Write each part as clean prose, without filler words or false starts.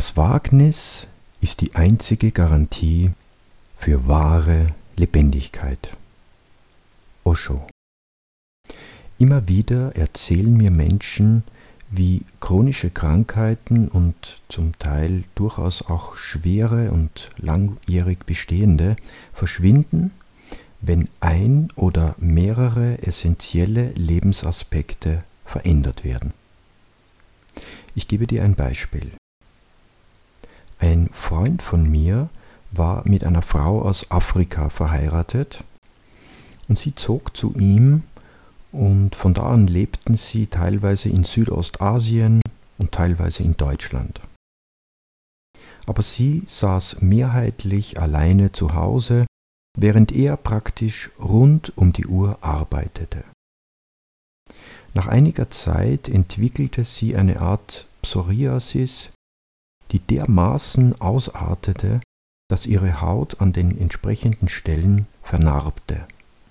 Das Wagnis ist die einzige Garantie für wahre Lebendigkeit. Osho. Immer wieder erzählen mir Menschen, wie chronische Krankheiten und zum Teil durchaus auch schwere und langjährig bestehende verschwinden, wenn ein oder mehrere essentielle Lebensaspekte verändert werden. Ich gebe dir ein Beispiel. Ein Freund von mir war mit einer Frau aus Afrika verheiratet und sie zog zu ihm und von da an lebten sie teilweise in Südostasien und teilweise in Deutschland. Aber sie saß mehrheitlich alleine zu Hause, während er praktisch rund um die Uhr arbeitete. Nach einiger Zeit entwickelte sie eine Art Psoriasis, die dermaßen ausartete, dass ihre Haut an den entsprechenden Stellen vernarbte.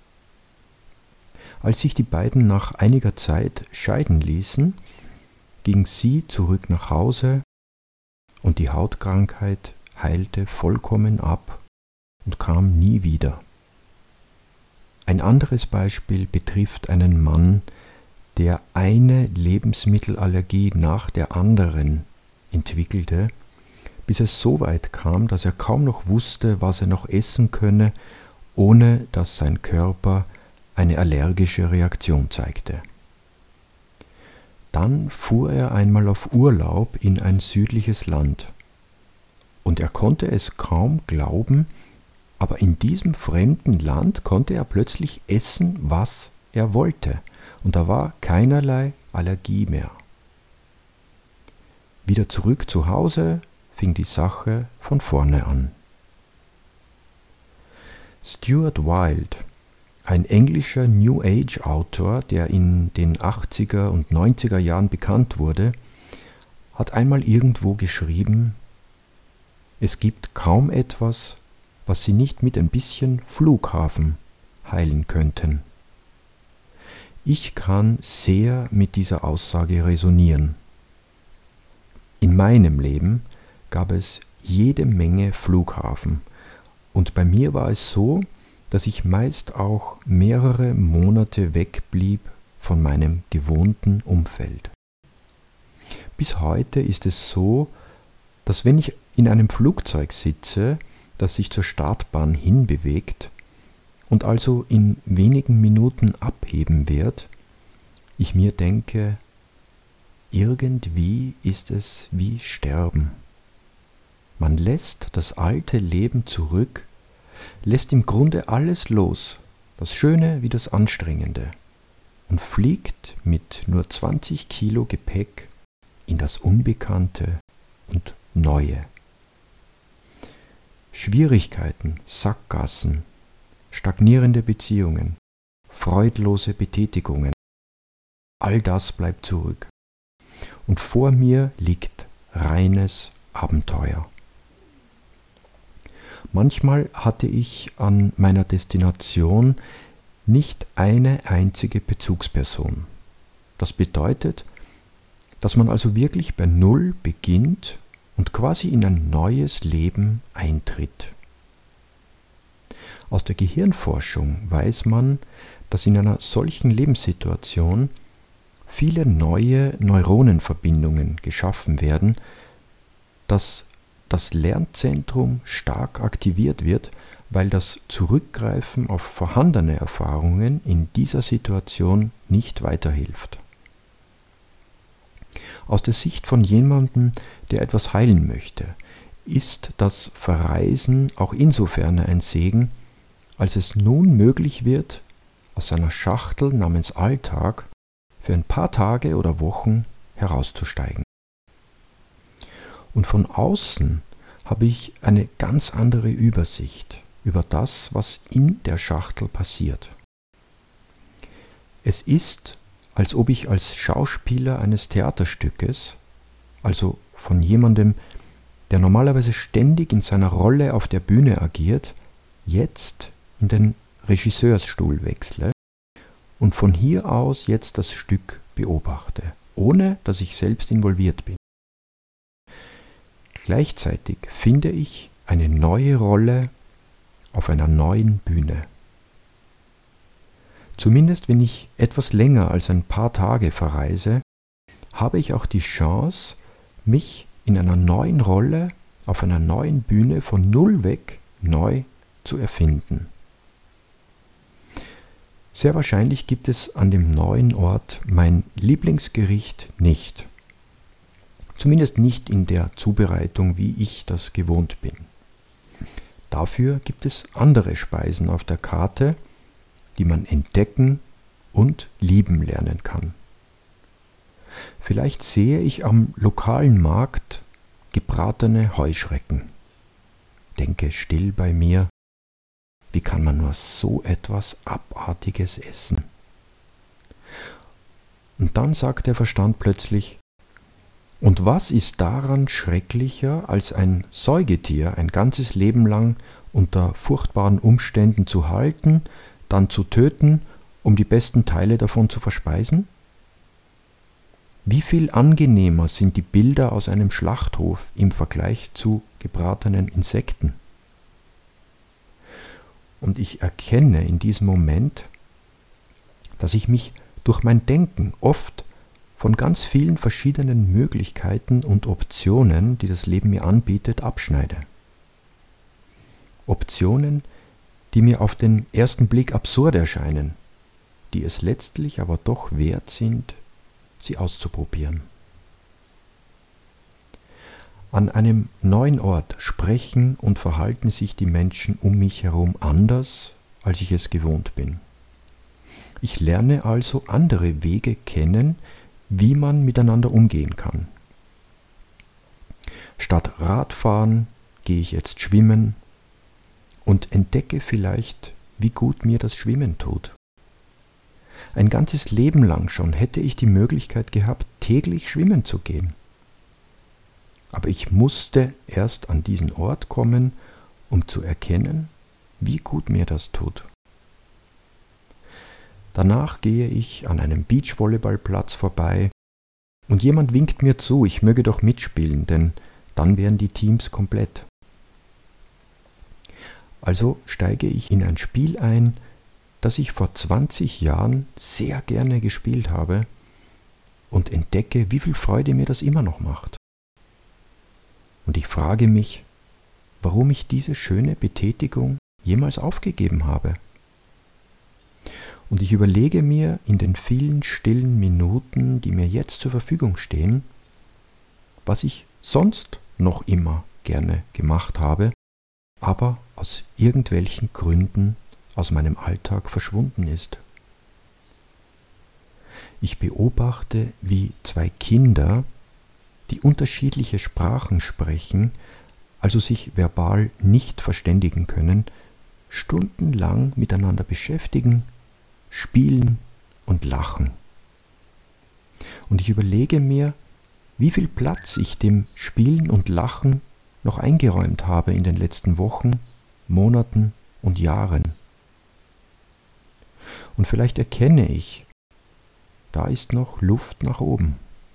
Als sich die beiden nach einiger Zeit scheiden ließen, ging sie zurück nach Hause und die Hautkrankheit heilte vollkommen ab und kam nie wieder. Ein anderes Beispiel betrifft einen Mann, der eine Lebensmittelallergie nach der anderen entwickelte, bis es so weit kam, dass er kaum noch wusste, was er noch essen könne, ohne dass sein Körper eine allergische Reaktion zeigte. Dann fuhr er einmal auf Urlaub in ein südliches Land und er konnte es kaum glauben, aber in diesem fremden Land konnte er plötzlich essen, was er wollte und da war keinerlei Allergie mehr. Wieder zurück zu Hause fing die Sache von vorne an. Stuart Wilde, ein englischer New Age Autor, der in den 80er und 90er Jahren bekannt wurde, hat einmal irgendwo geschrieben: Es gibt kaum etwas, was Sie nicht mit ein bisschen Flughafen heilen könnten. Ich kann sehr mit dieser Aussage resonieren. In meinem Leben gab es jede Menge Flughafen und bei mir war es so, dass ich meist auch mehrere Monate wegblieb von meinem gewohnten Umfeld. Bis heute ist es so, dass wenn ich in einem Flugzeug sitze, das sich zur Startbahn hinbewegt und also in wenigen Minuten abheben wird, ich mir denke, irgendwie ist es wie Sterben. Man lässt das alte Leben zurück, lässt im Grunde alles los, das Schöne wie das Anstrengende, und fliegt mit nur 20 Kilo Gepäck in das Unbekannte und Neue. Schwierigkeiten, Sackgassen, stagnierende Beziehungen, freudlose Betätigungen, all das bleibt zurück. Und vor mir liegt reines Abenteuer. Manchmal hatte ich an meiner Destination nicht eine einzige Bezugsperson. Das bedeutet, dass man also wirklich bei Null beginnt und quasi in ein neues Leben eintritt. Aus der Gehirnforschung weiß man, dass in einer solchen Lebenssituation viele neue Neuronenverbindungen geschaffen werden, dass das Lernzentrum stark aktiviert wird, weil das Zurückgreifen auf vorhandene Erfahrungen in dieser Situation nicht weiterhilft. Aus der Sicht von jemandem, der etwas heilen möchte, ist das Verreisen auch insofern ein Segen, als es nun möglich wird, aus seiner Schachtel namens Alltag für ein paar Tage oder Wochen herauszusteigen. Und von außen habe ich eine ganz andere Übersicht über das, was in der Schachtel passiert. Es ist, als ob ich als Schauspieler eines Theaterstückes, also von jemandem, der normalerweise ständig in seiner Rolle auf der Bühne agiert, jetzt in den Regisseursstuhl wechsle und von hier aus jetzt das Stück beobachte, ohne dass ich selbst involviert bin. Gleichzeitig finde ich eine neue Rolle auf einer neuen Bühne. Zumindest wenn ich etwas länger als ein paar Tage verreise, habe ich auch die Chance, mich in einer neuen Rolle auf einer neuen Bühne von null weg neu zu erfinden. Sehr wahrscheinlich gibt es an dem neuen Ort mein Lieblingsgericht nicht. Zumindest nicht in der Zubereitung, wie ich das gewohnt bin. Dafür gibt es andere Speisen auf der Karte, die man entdecken und lieben lernen kann. Vielleicht sehe ich am lokalen Markt gebratene Heuschrecken. Denke still bei mir, wie kann man nur so etwas Abartiges essen? Und dann sagt der Verstand plötzlich, und was ist daran schrecklicher, als ein Säugetier ein ganzes Leben lang unter furchtbaren Umständen zu halten, dann zu töten, um die besten Teile davon zu verspeisen? Wie viel angenehmer sind die Bilder aus einem Schlachthof im Vergleich zu gebratenen Insekten? Und ich erkenne in diesem Moment, dass ich mich durch mein Denken oft von ganz vielen verschiedenen Möglichkeiten und Optionen, die das Leben mir anbietet, abschneide. Optionen, die mir auf den ersten Blick absurd erscheinen, die es letztlich aber doch wert sind, sie auszuprobieren. An einem neuen Ort sprechen und verhalten sich die Menschen um mich herum anders, als ich es gewohnt bin. Ich lerne also andere Wege kennen, wie man miteinander umgehen kann. Statt Radfahren gehe ich jetzt schwimmen und entdecke vielleicht, wie gut mir das Schwimmen tut. Ein ganzes Leben lang schon hätte ich die Möglichkeit gehabt, täglich schwimmen zu gehen. Aber ich musste erst an diesen Ort kommen, um zu erkennen, wie gut mir das tut. Danach gehe ich an einem Beachvolleyballplatz vorbei und jemand winkt mir zu, ich möge doch mitspielen, denn dann wären die Teams komplett. Also steige ich in ein Spiel ein, das ich vor 20 Jahren sehr gerne gespielt habe und entdecke, wie viel Freude mir das immer noch macht. Und ich frage mich, warum ich diese schöne Betätigung jemals aufgegeben habe. Und ich überlege mir in den vielen stillen Minuten, die mir jetzt zur Verfügung stehen, was ich sonst noch immer gerne gemacht habe, aber aus irgendwelchen Gründen aus meinem Alltag verschwunden ist. Ich beobachte, wie zwei Kinder, die unterschiedliche Sprachen sprechen, also sich verbal nicht verständigen können, stundenlang miteinander beschäftigen, spielen und lachen. Und ich überlege mir, wie viel Platz ich dem Spielen und Lachen noch eingeräumt habe in den letzten Wochen, Monaten und Jahren. Und vielleicht erkenne ich, da ist noch Luft nach oben.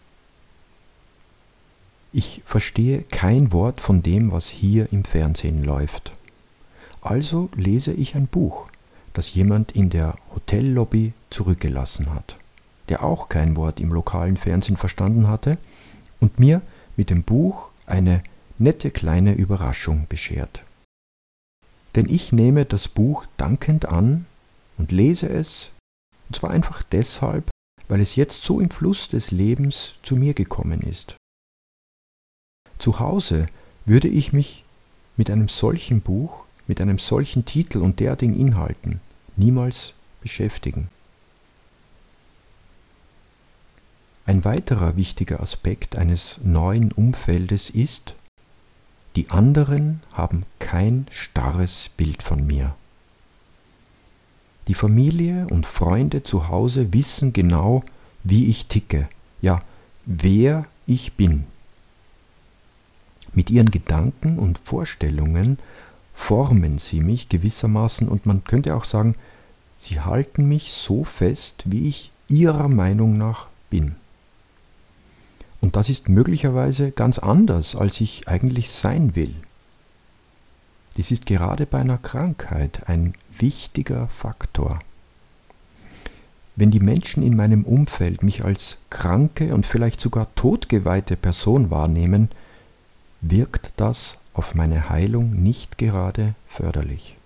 Ich verstehe kein Wort von dem, was hier im Fernsehen läuft. Also lese ich ein Buch, das jemand in der Hotellobby zurückgelassen hat, der auch kein Wort im lokalen Fernsehen verstanden hatte und mir mit dem Buch eine nette kleine Überraschung beschert. Denn ich nehme das Buch dankend an und lese es, und zwar einfach deshalb, weil es jetzt so im Fluss des Lebens zu mir gekommen ist. Zu Hause würde ich mich mit einem solchen Buch, mit einem solchen Titel und derartigen Inhalten niemals beschäftigen. Ein weiterer wichtiger Aspekt eines neuen Umfeldes ist, die anderen haben kein starres Bild von mir. Die Familie und Freunde zu Hause wissen genau, wie ich ticke, ja, wer ich bin. Mit ihren Gedanken und Vorstellungen formen sie mich gewissermaßen und man könnte auch sagen, sie halten mich so fest, wie ich ihrer Meinung nach bin. Und das ist möglicherweise ganz anders, als ich eigentlich sein will. Dies ist gerade bei einer Krankheit ein wichtiger Faktor. Wenn die Menschen in meinem Umfeld mich als kranke und vielleicht sogar totgeweihte Person wahrnehmen, wirkt das auf meine Heilung nicht gerade förderlich.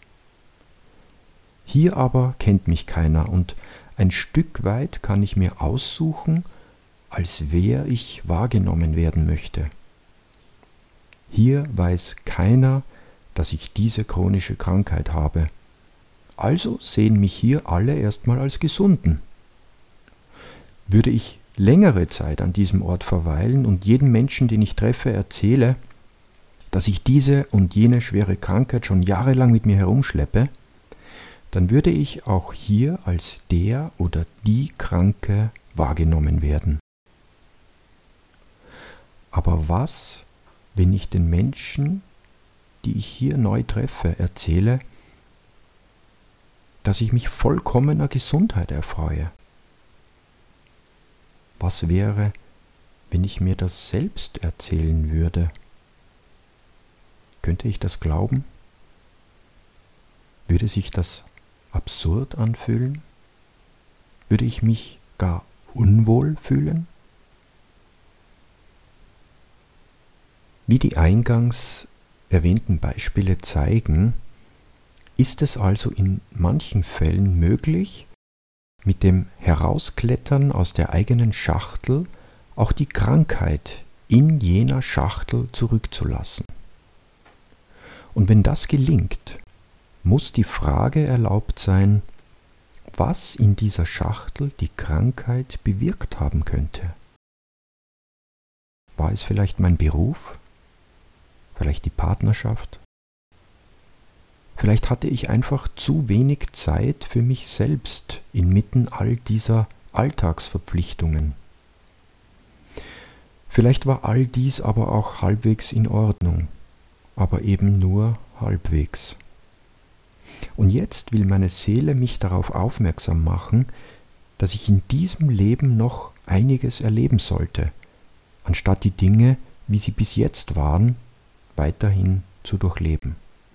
Hier aber kennt mich keiner und ein Stück weit kann ich mir aussuchen, als wer ich wahrgenommen werden möchte. Hier weiß keiner, dass ich diese chronische Krankheit habe. Also sehen mich hier alle erstmal als Gesunden. Würde ich längere Zeit an diesem Ort verweilen und jedem Menschen, den ich treffe, erzähle, dass ich diese und jene schwere Krankheit schon jahrelang mit mir herumschleppe, dann würde ich auch hier als der oder die Kranke wahrgenommen werden. Aber was, wenn ich den Menschen, die ich hier neu treffe, erzähle, dass ich mich vollkommener Gesundheit erfreue? Was wäre, wenn ich mir das selbst erzählen würde? Könnte ich das glauben? Würde sich das absurd anfühlen? Würde ich mich gar unwohl fühlen? Wie die eingangs erwähnten Beispiele zeigen, ist es also in manchen Fällen möglich, mit dem Herausklettern aus der eigenen Schachtel auch die Krankheit in jener Schachtel zurückzulassen. Und wenn das gelingt, muss die Frage erlaubt sein, was in dieser Schachtel die Krankheit bewirkt haben könnte. War es vielleicht mein Beruf? Vielleicht die Partnerschaft? Vielleicht hatte ich einfach zu wenig Zeit für mich selbst inmitten all dieser Alltagsverpflichtungen. Vielleicht war all dies aber auch halbwegs in Ordnung, aber eben nur halbwegs. Und jetzt will meine Seele mich darauf aufmerksam machen, dass ich in diesem Leben noch einiges erleben sollte, anstatt die Dinge, wie sie bis jetzt waren, weiterhin zu durchleben.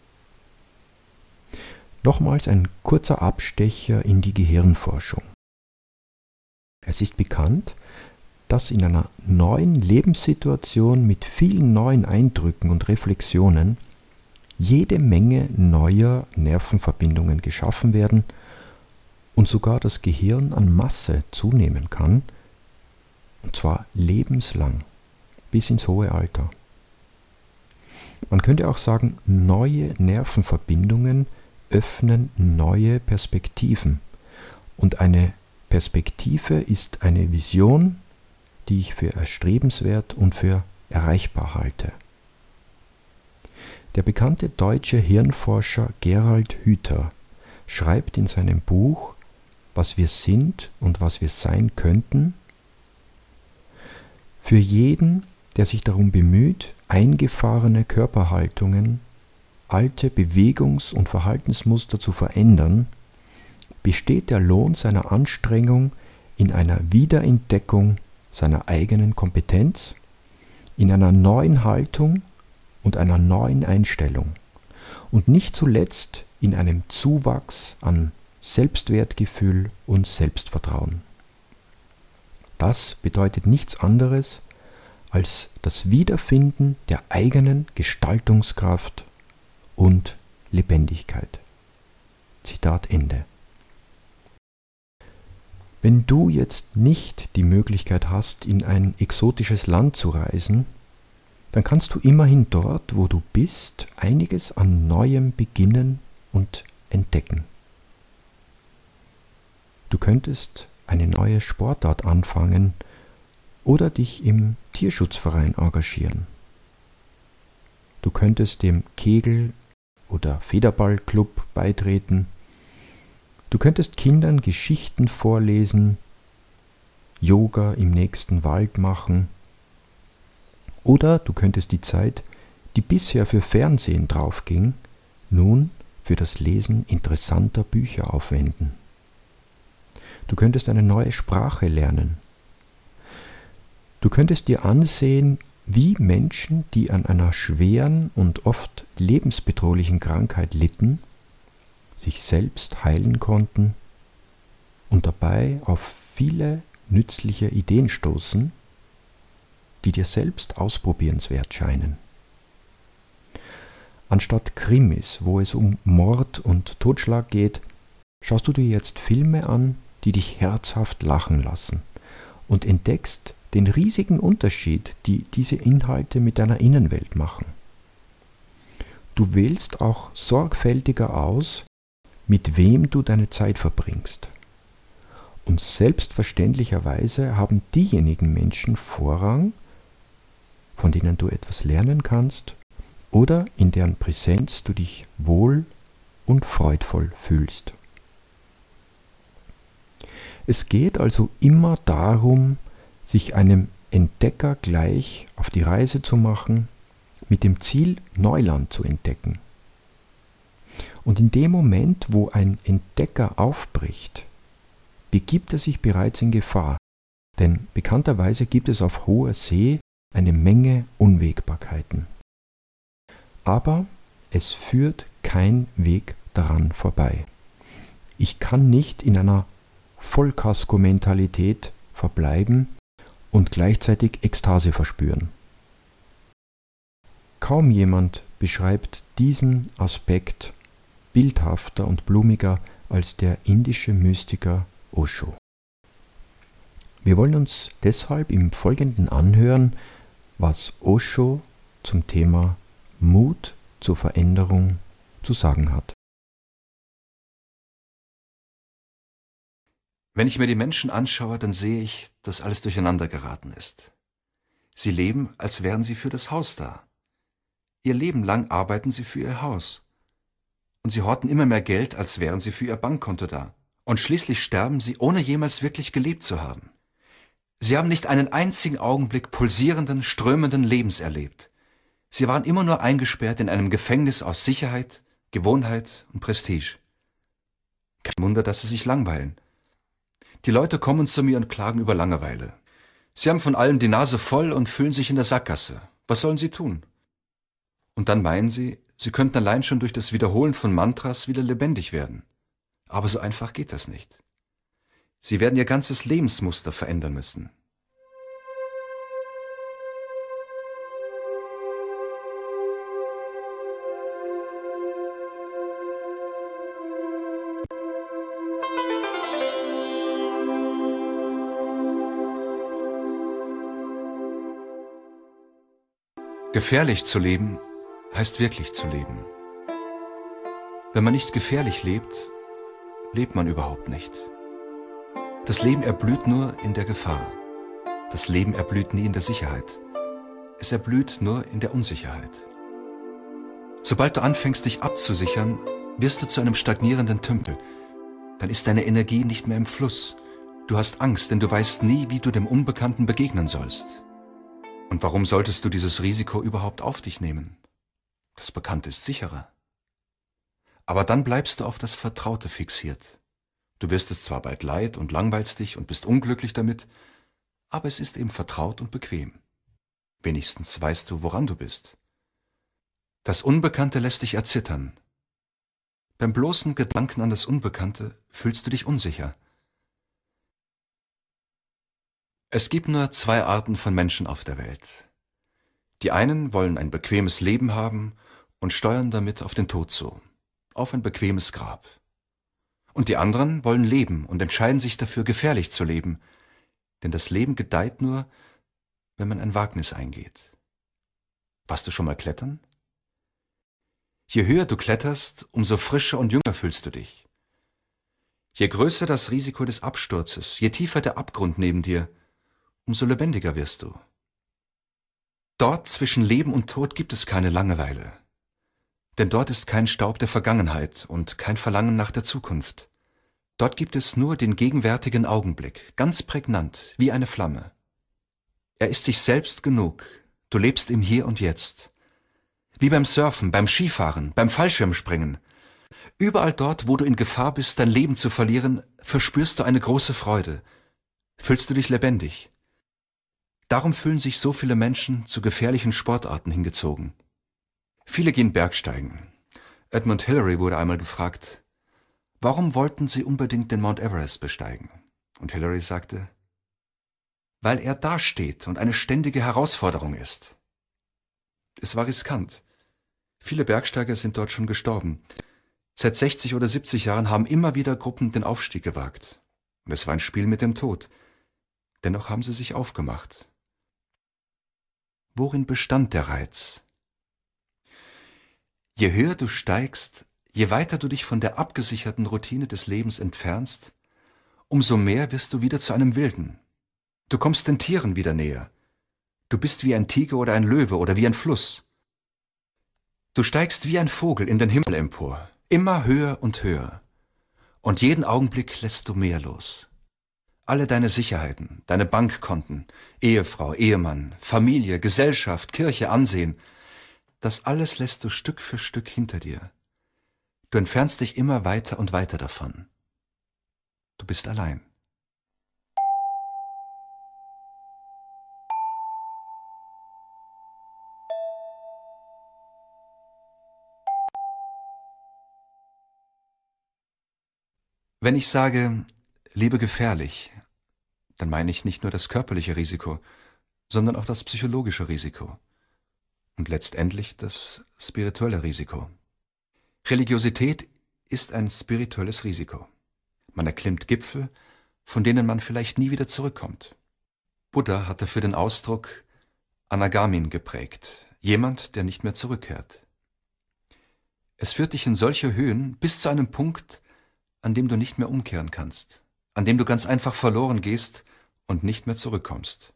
Nochmals ein kurzer Abstecher in die Gehirnforschung. Es ist bekannt, dass in einer neuen Lebenssituation mit vielen neuen Eindrücken und Reflexionen jede Menge neuer Nervenverbindungen geschaffen werden und sogar das Gehirn an Masse zunehmen kann, und zwar lebenslang, bis ins hohe Alter. Man könnte auch sagen, neue Nervenverbindungen öffnen neue Perspektiven. Und eine Perspektive ist eine Vision, die ich für erstrebenswert und für erreichbar halte. Der bekannte deutsche Hirnforscher Gerald Hüther schreibt in seinem Buch Was wir sind und was wir sein könnten: Für jeden, der sich darum bemüht, eingefahrene Körperhaltungen, alte Bewegungs- und Verhaltensmuster zu verändern, besteht der Lohn seiner Anstrengung in einer Wiederentdeckung seiner eigenen Kompetenz, in einer neuen Haltung und einer neuen Einstellung und nicht zuletzt in einem Zuwachs an Selbstwertgefühl und Selbstvertrauen. Das bedeutet nichts anderes als das Wiederfinden der eigenen Gestaltungskraft und Lebendigkeit. Zitat Ende. Wenn du jetzt nicht die Möglichkeit hast, in ein exotisches Land zu reisen, dann kannst du immerhin dort, wo du bist, einiges an Neuem beginnen und entdecken. Du könntest eine neue Sportart anfangen oder dich im Tierschutzverein engagieren. Du könntest dem Kegel- oder Federballclub beitreten. Du könntest Kindern Geschichten vorlesen, Yoga im nächsten Wald machen. Oder du könntest die Zeit, die bisher für Fernsehen draufging, nun für das Lesen interessanter Bücher aufwenden. Du könntest eine neue Sprache lernen. Du könntest dir ansehen, wie Menschen, die an einer schweren und oft lebensbedrohlichen Krankheit litten, sich selbst heilen konnten und dabei auf viele nützliche Ideen stoßen, die dir selbst ausprobierenswert scheinen. Anstatt Krimis, wo es um Mord und Totschlag geht, schaust du dir jetzt Filme an, die dich herzhaft lachen lassen und entdeckst den riesigen Unterschied, die diese Inhalte mit deiner Innenwelt machen. Du wählst auch sorgfältiger aus, mit wem du deine Zeit verbringst. Und selbstverständlicherweise haben diejenigen Menschen Vorrang, von denen du etwas lernen kannst oder in deren Präsenz du dich wohl und freudvoll fühlst. Es geht also immer darum, sich einem Entdecker gleich auf die Reise zu machen, mit dem Ziel, Neuland zu entdecken. Und in dem Moment, wo ein Entdecker aufbricht, begibt er sich bereits in Gefahr, denn bekannterweise gibt es auf hoher See eine Menge Unwägbarkeiten. Aber es führt kein Weg daran vorbei. Ich kann nicht in einer Vollkasko-Mentalität verbleiben und gleichzeitig Ekstase verspüren. Kaum jemand beschreibt diesen Aspekt bildhafter und blumiger als der indische Mystiker Osho. Wir wollen uns deshalb im Folgenden anhören, was Osho zum Thema Mut zur Veränderung zu sagen hat. Wenn ich mir die Menschen anschaue, dann sehe ich, dass alles durcheinander geraten ist. Sie leben, als wären sie für das Haus da. Ihr Leben lang arbeiten sie für ihr Haus. Und sie horten immer mehr Geld, als wären sie für ihr Bankkonto da. Und schließlich sterben sie, ohne jemals wirklich gelebt zu haben. Sie haben nicht einen einzigen Augenblick pulsierenden, strömenden Lebens erlebt. Sie waren immer nur eingesperrt in einem Gefängnis aus Sicherheit, Gewohnheit und Prestige. Kein Wunder, dass sie sich langweilen. Die Leute kommen zu mir und klagen über Langeweile. Sie haben von allem die Nase voll und fühlen sich in der Sackgasse. Was sollen sie tun? Und dann meinen sie, sie könnten allein schon durch das Wiederholen von Mantras wieder lebendig werden. Aber so einfach geht das nicht. Sie werden ihr ganzes Lebensmuster verändern müssen. Gefährlich zu leben heißt wirklich zu leben. Wenn man nicht gefährlich lebt, lebt man überhaupt nicht. Das Leben erblüht nur in der Gefahr. Das Leben erblüht nie in der Sicherheit. Es erblüht nur in der Unsicherheit. Sobald du anfängst, dich abzusichern, wirst du zu einem stagnierenden Tümpel. Dann ist deine Energie nicht mehr im Fluss. Du hast Angst, denn du weißt nie, wie du dem Unbekannten begegnen sollst. Und warum solltest du dieses Risiko überhaupt auf dich nehmen? Das Bekannte ist sicherer. Aber dann bleibst du auf das Vertraute fixiert. Du wirst es zwar bald leid und langweilst dich und bist unglücklich damit, aber es ist eben vertraut und bequem. Wenigstens weißt du, woran du bist. Das Unbekannte lässt dich erzittern. Beim bloßen Gedanken an das Unbekannte fühlst du dich unsicher. Es gibt nur zwei Arten von Menschen auf der Welt. Die einen wollen ein bequemes Leben haben und steuern damit auf den Tod zu, auf ein bequemes Grab. Und die anderen wollen leben und entscheiden sich dafür, gefährlich zu leben, denn das Leben gedeiht nur, wenn man ein Wagnis eingeht. Warst du schon mal klettern? Je höher du kletterst, umso frischer und jünger fühlst du dich. Je größer das Risiko des Absturzes, je tiefer der Abgrund neben dir, umso lebendiger wirst du. Dort zwischen Leben und Tod gibt es keine Langeweile. Denn dort ist kein Staub der Vergangenheit und kein Verlangen nach der Zukunft. Dort gibt es nur den gegenwärtigen Augenblick, ganz prägnant, wie eine Flamme. Er ist sich selbst genug, du lebst im Hier und Jetzt. Wie beim Surfen, beim Skifahren, beim Fallschirmspringen. Überall dort, wo du in Gefahr bist, dein Leben zu verlieren, verspürst du eine große Freude. Fühlst du dich lebendig. Darum fühlen sich so viele Menschen zu gefährlichen Sportarten hingezogen. Viele gehen Bergsteigen. Edmund Hillary wurde einmal gefragt, warum wollten Sie unbedingt den Mount Everest besteigen? Und Hillary sagte, weil er dasteht und eine ständige Herausforderung ist. Es war riskant. Viele Bergsteiger sind dort schon gestorben. Seit 60 oder 70 Jahren haben immer wieder Gruppen den Aufstieg gewagt. Und es war ein Spiel mit dem Tod. Dennoch haben sie sich aufgemacht. Worin bestand der Reiz? Je höher du steigst, je weiter du dich von der abgesicherten Routine des Lebens entfernst, umso mehr wirst du wieder zu einem Wilden. Du kommst den Tieren wieder näher. Du bist wie ein Tiger oder ein Löwe oder wie ein Fluss. Du steigst wie ein Vogel in den Himmel empor, immer höher und höher. Und jeden Augenblick lässt du mehr los. Alle deine Sicherheiten, deine Bankkonten, Ehefrau, Ehemann, Familie, Gesellschaft, Kirche, Ansehen, das alles lässt du Stück für Stück hinter dir. Du entfernst dich immer weiter und weiter davon. Du bist allein. Wenn ich sage, lebe gefährlich, dann meine ich nicht nur das körperliche Risiko, sondern auch das psychologische Risiko und letztendlich das spirituelle Risiko. Religiosität ist ein spirituelles Risiko. Man erklimmt Gipfel, von denen man vielleicht nie wieder zurückkommt. Buddha hatte für den Ausdruck Anagamin geprägt, jemand, der nicht mehr zurückkehrt. Es führt dich in solche Höhen bis zu einem Punkt, an dem du nicht mehr umkehren kannst, an dem du ganz einfach verloren gehst und nicht mehr zurückkommst.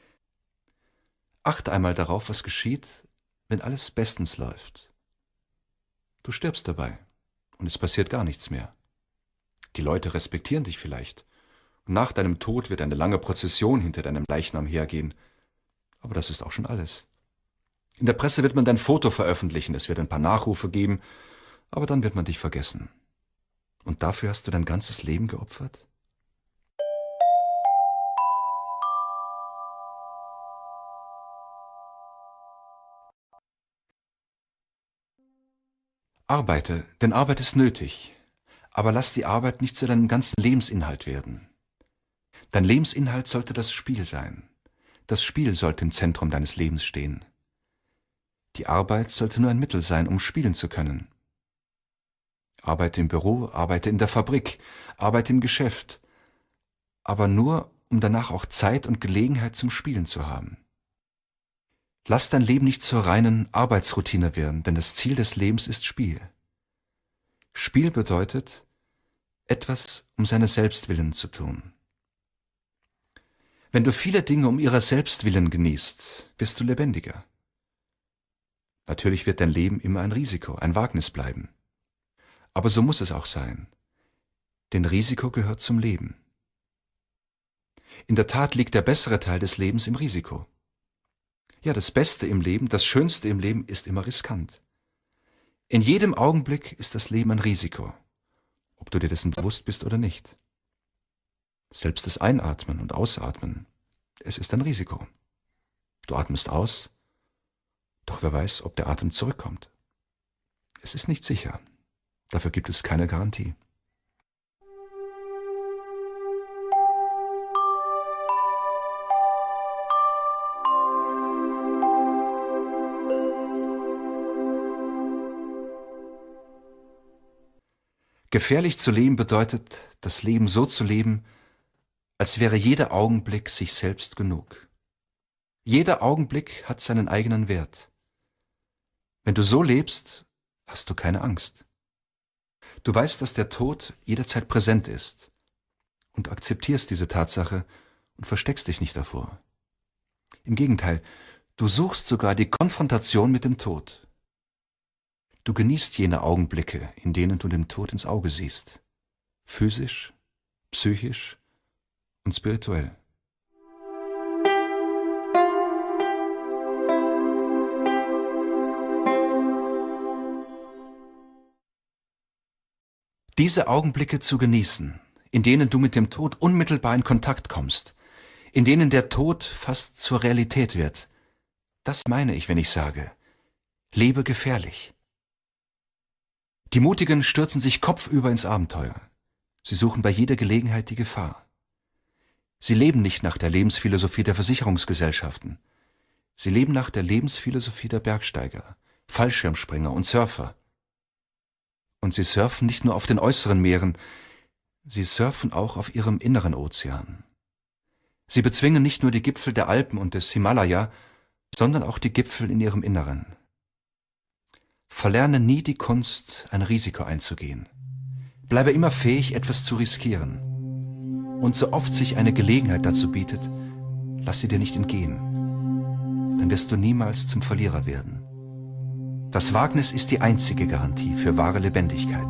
Achte einmal darauf, was geschieht, wenn alles bestens läuft. Du stirbst dabei und es passiert gar nichts mehr. Die Leute respektieren dich vielleicht. Und nach deinem Tod wird eine lange Prozession hinter deinem Leichnam hergehen. Aber das ist auch schon alles. In der Presse wird man dein Foto veröffentlichen, es wird ein paar Nachrufe geben, aber dann wird man dich vergessen. Und dafür hast du dein ganzes Leben geopfert? Arbeite, denn Arbeit ist nötig. Aber lass die Arbeit nicht zu deinem ganzen Lebensinhalt werden. Dein Lebensinhalt sollte das Spiel sein. Das Spiel sollte im Zentrum deines Lebens stehen. Die Arbeit sollte nur ein Mittel sein, um spielen zu können. Arbeite im Büro, arbeite in der Fabrik, arbeite im Geschäft, aber nur, um danach auch Zeit und Gelegenheit zum Spielen zu haben. Lass dein Leben nicht zur reinen Arbeitsroutine werden, denn das Ziel des Lebens ist Spiel. Spiel bedeutet, etwas um seines Selbst willen zu tun. Wenn du viele Dinge um ihrer Selbst willen genießt, wirst du lebendiger. Natürlich wird dein Leben immer ein Risiko, ein Wagnis bleiben. Aber so muss es auch sein. Denn Risiko gehört zum Leben. In der Tat liegt der bessere Teil des Lebens im Risiko. Ja, das Beste im Leben, das Schönste im Leben ist immer riskant. In jedem Augenblick ist das Leben ein Risiko, ob du dir dessen bewusst bist oder nicht. Selbst das Einatmen und Ausatmen, es ist ein Risiko. Du atmest aus, doch wer weiß, ob der Atem zurückkommt. Es ist nicht sicher. Dafür gibt es keine Garantie. Gefährlich zu leben bedeutet, das Leben so zu leben, als wäre jeder Augenblick sich selbst genug. Jeder Augenblick hat seinen eigenen Wert. Wenn du so lebst, hast du keine Angst. Du weißt, dass der Tod jederzeit präsent ist und akzeptierst diese Tatsache und versteckst dich nicht davor. Im Gegenteil, du suchst sogar die Konfrontation mit dem Tod. Du genießt jene Augenblicke, in denen du dem Tod ins Auge siehst. Physisch, psychisch und spirituell. Diese Augenblicke zu genießen, in denen du mit dem Tod unmittelbar in Kontakt kommst, in denen der Tod fast zur Realität wird. Das meine ich, wenn ich sage, lebe gefährlich. Die Mutigen stürzen sich kopfüber ins Abenteuer. Sie suchen bei jeder Gelegenheit die Gefahr. Sie leben nicht nach der Lebensphilosophie der Versicherungsgesellschaften. Sie leben nach der Lebensphilosophie der Bergsteiger, Fallschirmspringer und Surfer. Und sie surfen nicht nur auf den äußeren Meeren, sie surfen auch auf ihrem inneren Ozean. Sie bezwingen nicht nur die Gipfel der Alpen und des Himalaya, sondern auch die Gipfel in ihrem Inneren. Verlerne nie die Kunst, ein Risiko einzugehen. Bleibe immer fähig, etwas zu riskieren. Und so oft sich eine Gelegenheit dazu bietet, lass sie dir nicht entgehen. Dann wirst du niemals zum Verlierer werden. Das Wagnis ist die einzige Garantie für wahre Lebendigkeit.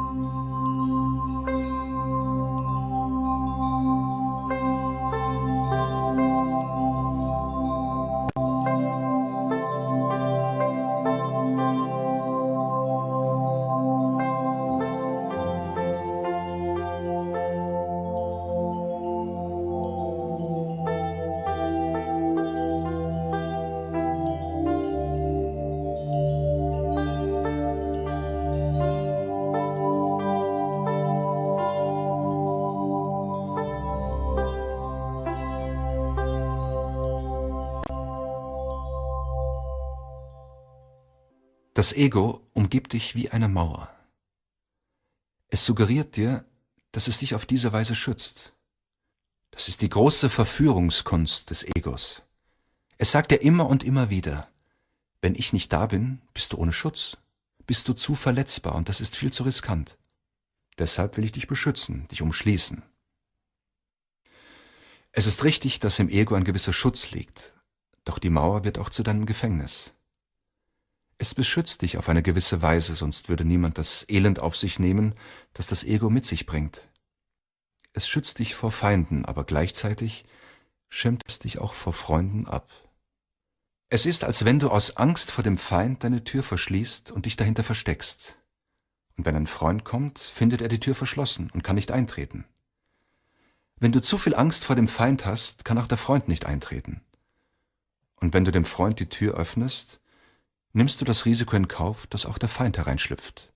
Das Ego umgibt dich wie eine Mauer. Es suggeriert dir, dass es dich auf diese Weise schützt. Das ist die große Verführungskunst des Egos. Es sagt dir immer und immer wieder, wenn ich nicht da bin, bist du ohne Schutz, bist du zu verletzbar und das ist viel zu riskant. Deshalb will ich dich beschützen, dich umschließen. Es ist richtig, dass im Ego ein gewisser Schutz liegt, doch die Mauer wird auch zu deinem Gefängnis. Es beschützt dich auf eine gewisse Weise, sonst würde niemand das Elend auf sich nehmen, das das Ego mit sich bringt. Es schützt dich vor Feinden, aber gleichzeitig schirmt es dich auch vor Freunden ab. Es ist, als wenn du aus Angst vor dem Feind deine Tür verschließt und dich dahinter versteckst. Und wenn ein Freund kommt, findet er die Tür verschlossen und kann nicht eintreten. Wenn du zu viel Angst vor dem Feind hast, kann auch der Freund nicht eintreten. Und wenn du dem Freund die Tür öffnest, nimmst du das Risiko in Kauf, dass auch der Feind hereinschlüpft.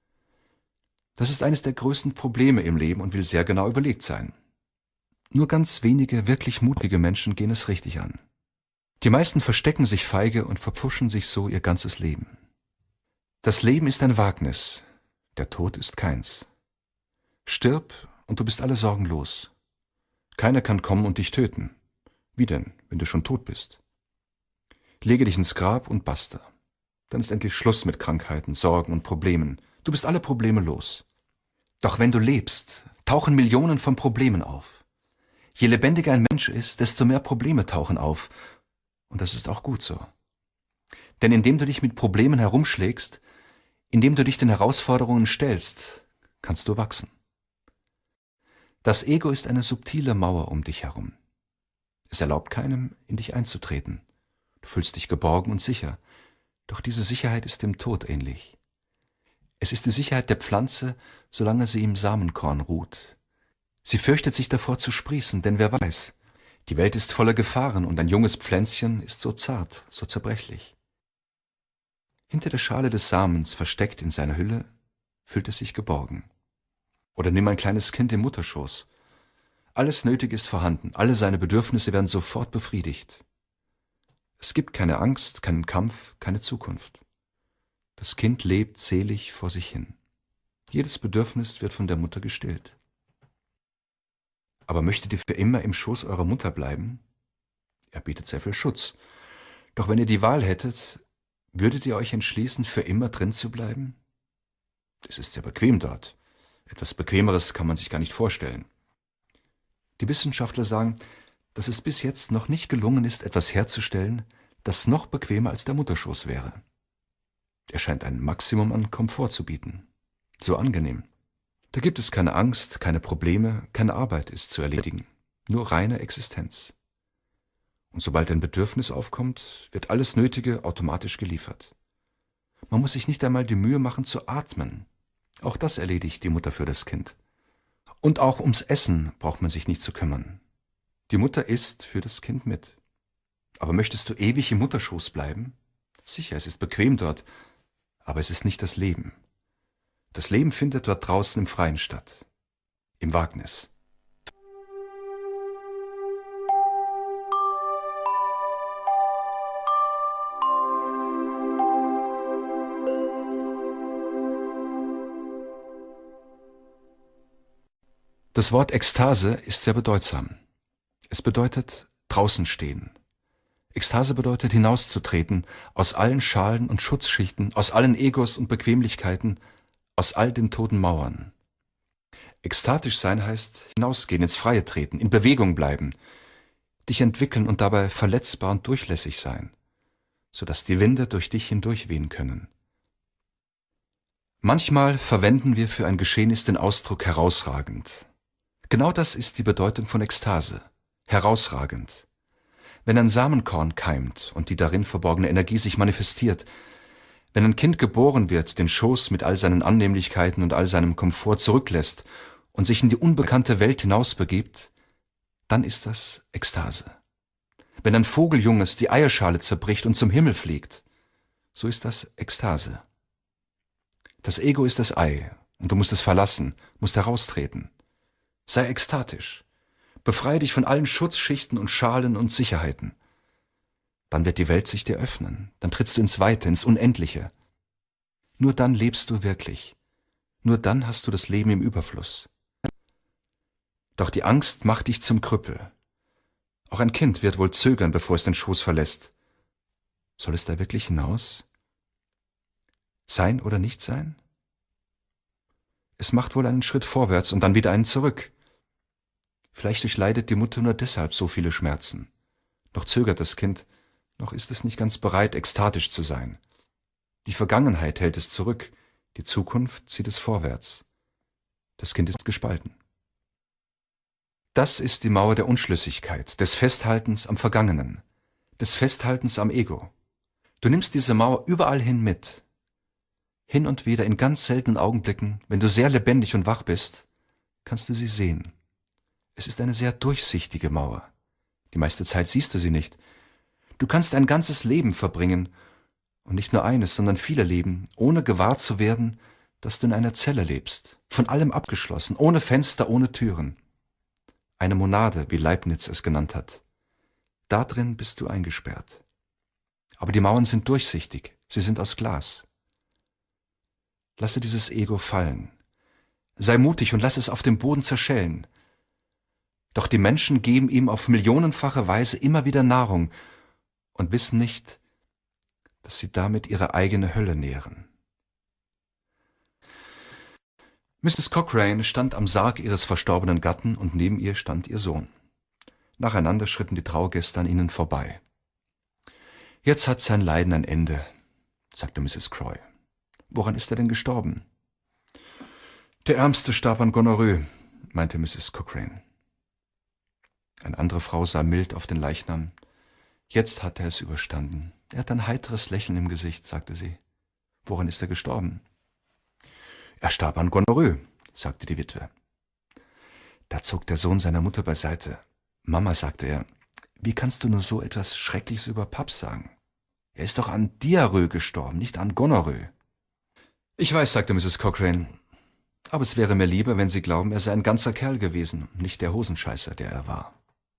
Das ist eines der größten Probleme im Leben und will sehr genau überlegt sein. Nur ganz wenige, wirklich mutige Menschen gehen es richtig an. Die meisten verstecken sich feige und verpfuschen sich so ihr ganzes Leben. Das Leben ist ein Wagnis, der Tod ist keins. Stirb und du bist alle Sorgen los. Keiner kann kommen und dich töten. Wie denn, wenn du schon tot bist? Lege dich ins Grab und basta. Dann ist endlich Schluss mit Krankheiten, Sorgen und Problemen. Du bist alle Probleme los. Doch wenn du lebst, tauchen Millionen von Problemen auf. Je lebendiger ein Mensch ist, desto mehr Probleme tauchen auf. Und das ist auch gut so. Denn indem du dich mit Problemen herumschlägst, indem du dich den Herausforderungen stellst, kannst du wachsen. Das Ego ist eine subtile Mauer um dich herum. Es erlaubt keinem, in dich einzutreten. Du fühlst dich geborgen und sicher. Doch diese Sicherheit ist dem Tod ähnlich. Es ist die Sicherheit der Pflanze, solange sie im Samenkorn ruht. Sie fürchtet sich davor zu sprießen, denn wer weiß, die Welt ist voller Gefahren und ein junges Pflänzchen ist so zart, so zerbrechlich. Hinter der Schale des Samens, versteckt in seiner Hülle, fühlt es sich geborgen. Oder nimm ein kleines Kind im Mutterschoß. Alles Nötige ist vorhanden, alle seine Bedürfnisse werden sofort befriedigt. Es gibt keine Angst, keinen Kampf, keine Zukunft. Das Kind lebt selig vor sich hin. Jedes Bedürfnis wird von der Mutter gestillt. Aber möchtet ihr für immer im Schoß eurer Mutter bleiben? Er bietet sehr viel Schutz. Doch wenn ihr die Wahl hättet, würdet ihr euch entschließen, für immer drin zu bleiben? Es ist sehr bequem dort. Etwas Bequemeres kann man sich gar nicht vorstellen. Die Wissenschaftler sagen, dass es bis jetzt noch nicht gelungen ist, etwas herzustellen, das noch bequemer als der Mutterschoß wäre. Er scheint ein Maximum an Komfort zu bieten. So angenehm. Da gibt es keine Angst, keine Probleme, keine Arbeit ist zu erledigen. Nur reine Existenz. Und sobald ein Bedürfnis aufkommt, wird alles Nötige automatisch geliefert. Man muss sich nicht einmal die Mühe machen zu atmen. Auch das erledigt die Mutter für das Kind. Und auch ums Essen braucht man sich nicht zu kümmern. Die Mutter isst für das Kind mit. Aber möchtest du ewig im Mutterschoß bleiben? Sicher, es ist bequem dort, aber es ist nicht das Leben. Das Leben findet dort draußen im Freien statt, im Wagnis. Das Wort Ekstase ist sehr bedeutsam. Es bedeutet draußen stehen. Ekstase bedeutet hinauszutreten aus allen Schalen und Schutzschichten, aus allen Egos und Bequemlichkeiten, aus all den toten Mauern. Ekstatisch sein heißt hinausgehen, ins Freie treten, in Bewegung bleiben, dich entwickeln und dabei verletzbar und durchlässig sein, sodass die Winde durch dich hindurchwehen können. Manchmal verwenden wir für ein Geschehnis den Ausdruck herausragend. Genau das ist die Bedeutung von Ekstase, herausragend. Wenn ein Samenkorn keimt und die darin verborgene Energie sich manifestiert, wenn ein Kind geboren wird, den Schoß mit all seinen Annehmlichkeiten und all seinem Komfort zurücklässt und sich in die unbekannte Welt hinausbegibt, dann ist das Ekstase. Wenn ein Vogeljunges die Eierschale zerbricht und zum Himmel fliegt, so ist das Ekstase. Das Ego ist das Ei und du musst es verlassen, musst heraustreten. Sei ekstatisch. Befreie dich von allen Schutzschichten und Schalen und Sicherheiten. Dann wird die Welt sich dir öffnen. Dann trittst du ins Weite, ins Unendliche. Nur dann lebst du wirklich. Nur dann hast du das Leben im Überfluss. Doch die Angst macht dich zum Krüppel. Auch ein Kind wird wohl zögern, bevor es den Schoß verlässt. Soll es da wirklich hinaus? Sein oder nicht sein? Es macht wohl einen Schritt vorwärts und dann wieder einen zurück. Vielleicht durchleidet die Mutter nur deshalb so viele Schmerzen. Noch zögert das Kind, noch ist es nicht ganz bereit, ekstatisch zu sein. Die Vergangenheit hält es zurück, die Zukunft zieht es vorwärts. Das Kind ist gespalten. Das ist die Mauer der Unschlüssigkeit, des Festhaltens am Vergangenen, des Festhaltens am Ego. Du nimmst diese Mauer überall hin mit. Hin und wieder in ganz seltenen Augenblicken, wenn du sehr lebendig und wach bist, kannst du sie sehen. Es ist eine sehr durchsichtige Mauer. Die meiste Zeit siehst du sie nicht. Du kannst ein ganzes Leben verbringen, und nicht nur eines, sondern viele Leben, ohne gewahr zu werden, dass du in einer Zelle lebst, von allem abgeschlossen, ohne Fenster, ohne Türen. Eine Monade, wie Leibniz es genannt hat. Da drin bist du eingesperrt. Aber die Mauern sind durchsichtig, sie sind aus Glas. Lasse dieses Ego fallen. Sei mutig und lass es auf dem Boden zerschellen. Doch die Menschen geben ihm auf millionenfache Weise immer wieder Nahrung und wissen nicht, dass sie damit ihre eigene Hölle nähren. Mrs. Cochrane stand am Sarg ihres verstorbenen Gatten und neben ihr stand ihr Sohn. Nacheinander schritten die Trauergäste an ihnen vorbei. »Jetzt hat sein Leiden ein Ende«, sagte Mrs. Croy. »Woran ist er denn gestorben?« »Der Ärmste starb an Gonorrhoe«, meinte Mrs. Cochrane. Eine andere Frau sah mild auf den Leichnam. »Jetzt hat er es überstanden. Er hat ein heiteres Lächeln im Gesicht«, sagte sie. »Woran ist er gestorben?« »Er starb an Gonorrhoe«, sagte die Witwe. Da zog der Sohn seiner Mutter beiseite. »Mama«, sagte er, »wie kannst du nur so etwas Schreckliches über Paps sagen? Er ist doch an Diarrhoe gestorben, nicht an Gonorrhoe.« »Ich weiß«, sagte Mrs. Cochrane, »aber es wäre mir lieber, wenn Sie glauben, er sei ein ganzer Kerl gewesen, nicht der Hosenscheißer, der er war.«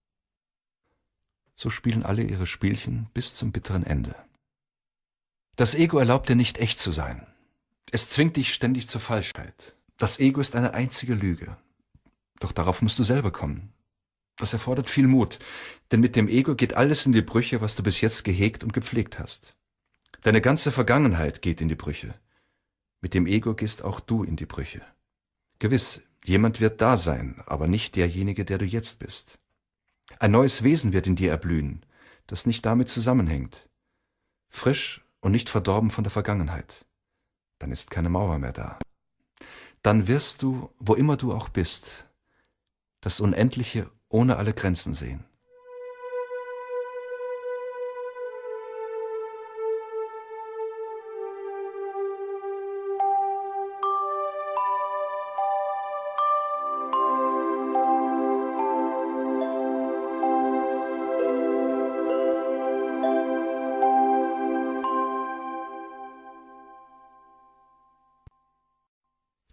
So spielen alle ihre Spielchen bis zum bitteren Ende. Das Ego erlaubt dir nicht echt zu sein. Es zwingt dich ständig zur Falschheit. Das Ego ist eine einzige Lüge. Doch darauf musst du selber kommen. Das erfordert viel Mut, denn mit dem Ego geht alles in die Brüche, was du bis jetzt gehegt und gepflegt hast. Deine ganze Vergangenheit geht in die Brüche. Mit dem Ego gehst auch du in die Brüche. Gewiss, jemand wird da sein, aber nicht derjenige, der du jetzt bist. Ein neues Wesen wird in dir erblühen, das nicht damit zusammenhängt. Frisch und nicht verdorben von der Vergangenheit. Dann ist keine Mauer mehr da. Dann wirst du, wo immer du auch bist, das Unendliche ohne alle Grenzen sehen.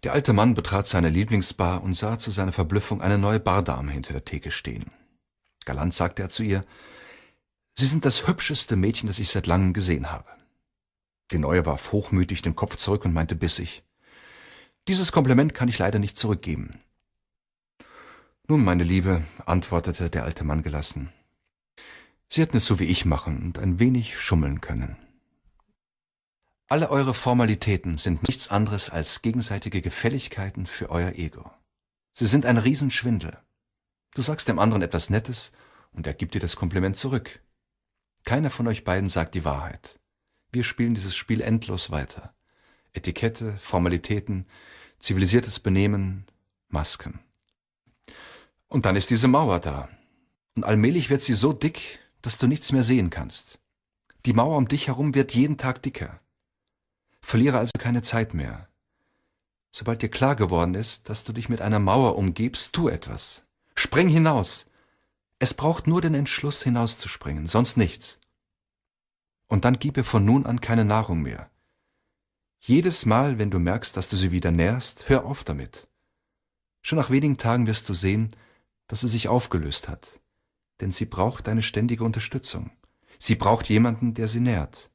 Der alte Mann betrat seine Lieblingsbar und sah zu seiner Verblüffung eine neue Bardame hinter der Theke stehen. Galant sagte er zu ihr: »Sie sind das hübscheste Mädchen, das ich seit langem gesehen habe.« Die Neue warf hochmütig den Kopf zurück und meinte bissig: »Dieses Kompliment kann ich leider nicht zurückgeben.« »Nun, meine Liebe«, antwortete der alte Mann gelassen, »Sie hätten es so wie ich machen und ein wenig schummeln können. Alle eure Formalitäten sind nichts anderes als gegenseitige Gefälligkeiten für euer Ego. Sie sind ein Riesenschwindel. Du sagst dem anderen etwas Nettes und er gibt dir das Kompliment zurück. Keiner von euch beiden sagt die Wahrheit. Wir spielen dieses Spiel endlos weiter. Etikette, Formalitäten, zivilisiertes Benehmen, Masken. Und dann ist diese Mauer da. Und allmählich wird sie so dick, dass du nichts mehr sehen kannst. Die Mauer um dich herum wird jeden Tag dicker. Verliere also keine Zeit mehr. Sobald dir klar geworden ist, dass du dich mit einer Mauer umgibst, tu etwas. Spring hinaus. Es braucht nur den Entschluss, hinauszuspringen, sonst nichts. Und dann gib ihr von nun an keine Nahrung mehr. Jedes Mal, wenn du merkst, dass du sie wieder nährst, hör auf damit. Schon nach wenigen Tagen wirst du sehen, dass sie sich aufgelöst hat. Denn sie braucht deine ständige Unterstützung. Sie braucht jemanden, der sie nährt.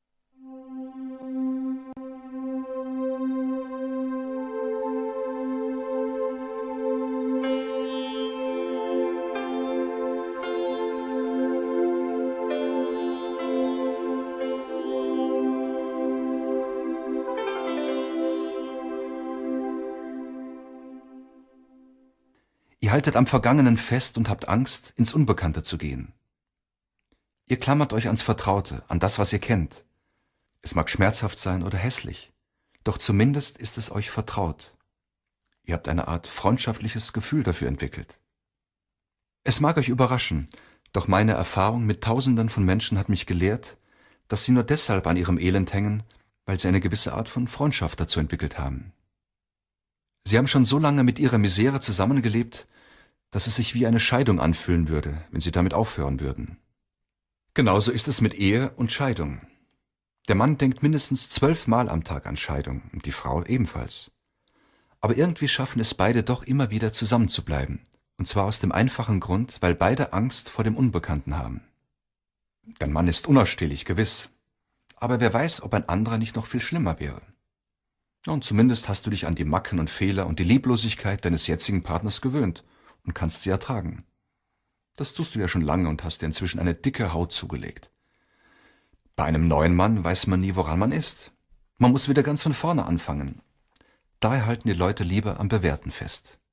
Ihr haltet am Vergangenen fest und habt Angst, ins Unbekannte zu gehen. Ihr klammert euch ans Vertraute, an das, was ihr kennt. Es mag schmerzhaft sein oder hässlich, doch zumindest ist es euch vertraut. Ihr habt eine Art freundschaftliches Gefühl dafür entwickelt. Es mag euch überraschen, doch meine Erfahrung mit Tausenden von Menschen hat mich gelehrt, dass sie nur deshalb an ihrem Elend hängen, weil sie eine gewisse Art von Freundschaft dazu entwickelt haben. Sie haben schon so lange mit ihrer Misere zusammengelebt, dass es sich wie eine Scheidung anfühlen würde, wenn sie damit aufhören würden. Genauso ist es mit Ehe und Scheidung. Der Mann denkt mindestens 12 Mal am Tag an Scheidung und die Frau ebenfalls. Aber irgendwie schaffen es beide doch immer wieder zusammenzubleiben, und zwar aus dem einfachen Grund, weil beide Angst vor dem Unbekannten haben. Dein Mann ist unausstehlich, gewiss, aber wer weiß, ob ein anderer nicht noch viel schlimmer wäre. Und zumindest hast du dich an die Macken und Fehler und die Lieblosigkeit deines jetzigen Partners gewöhnt und kannst sie ertragen. Das tust du ja schon lange und hast dir inzwischen eine dicke Haut zugelegt. Bei einem neuen Mann weiß man nie, woran man ist. Man muss wieder ganz von vorne anfangen. Daher halten die Leute lieber am Bewährten fest.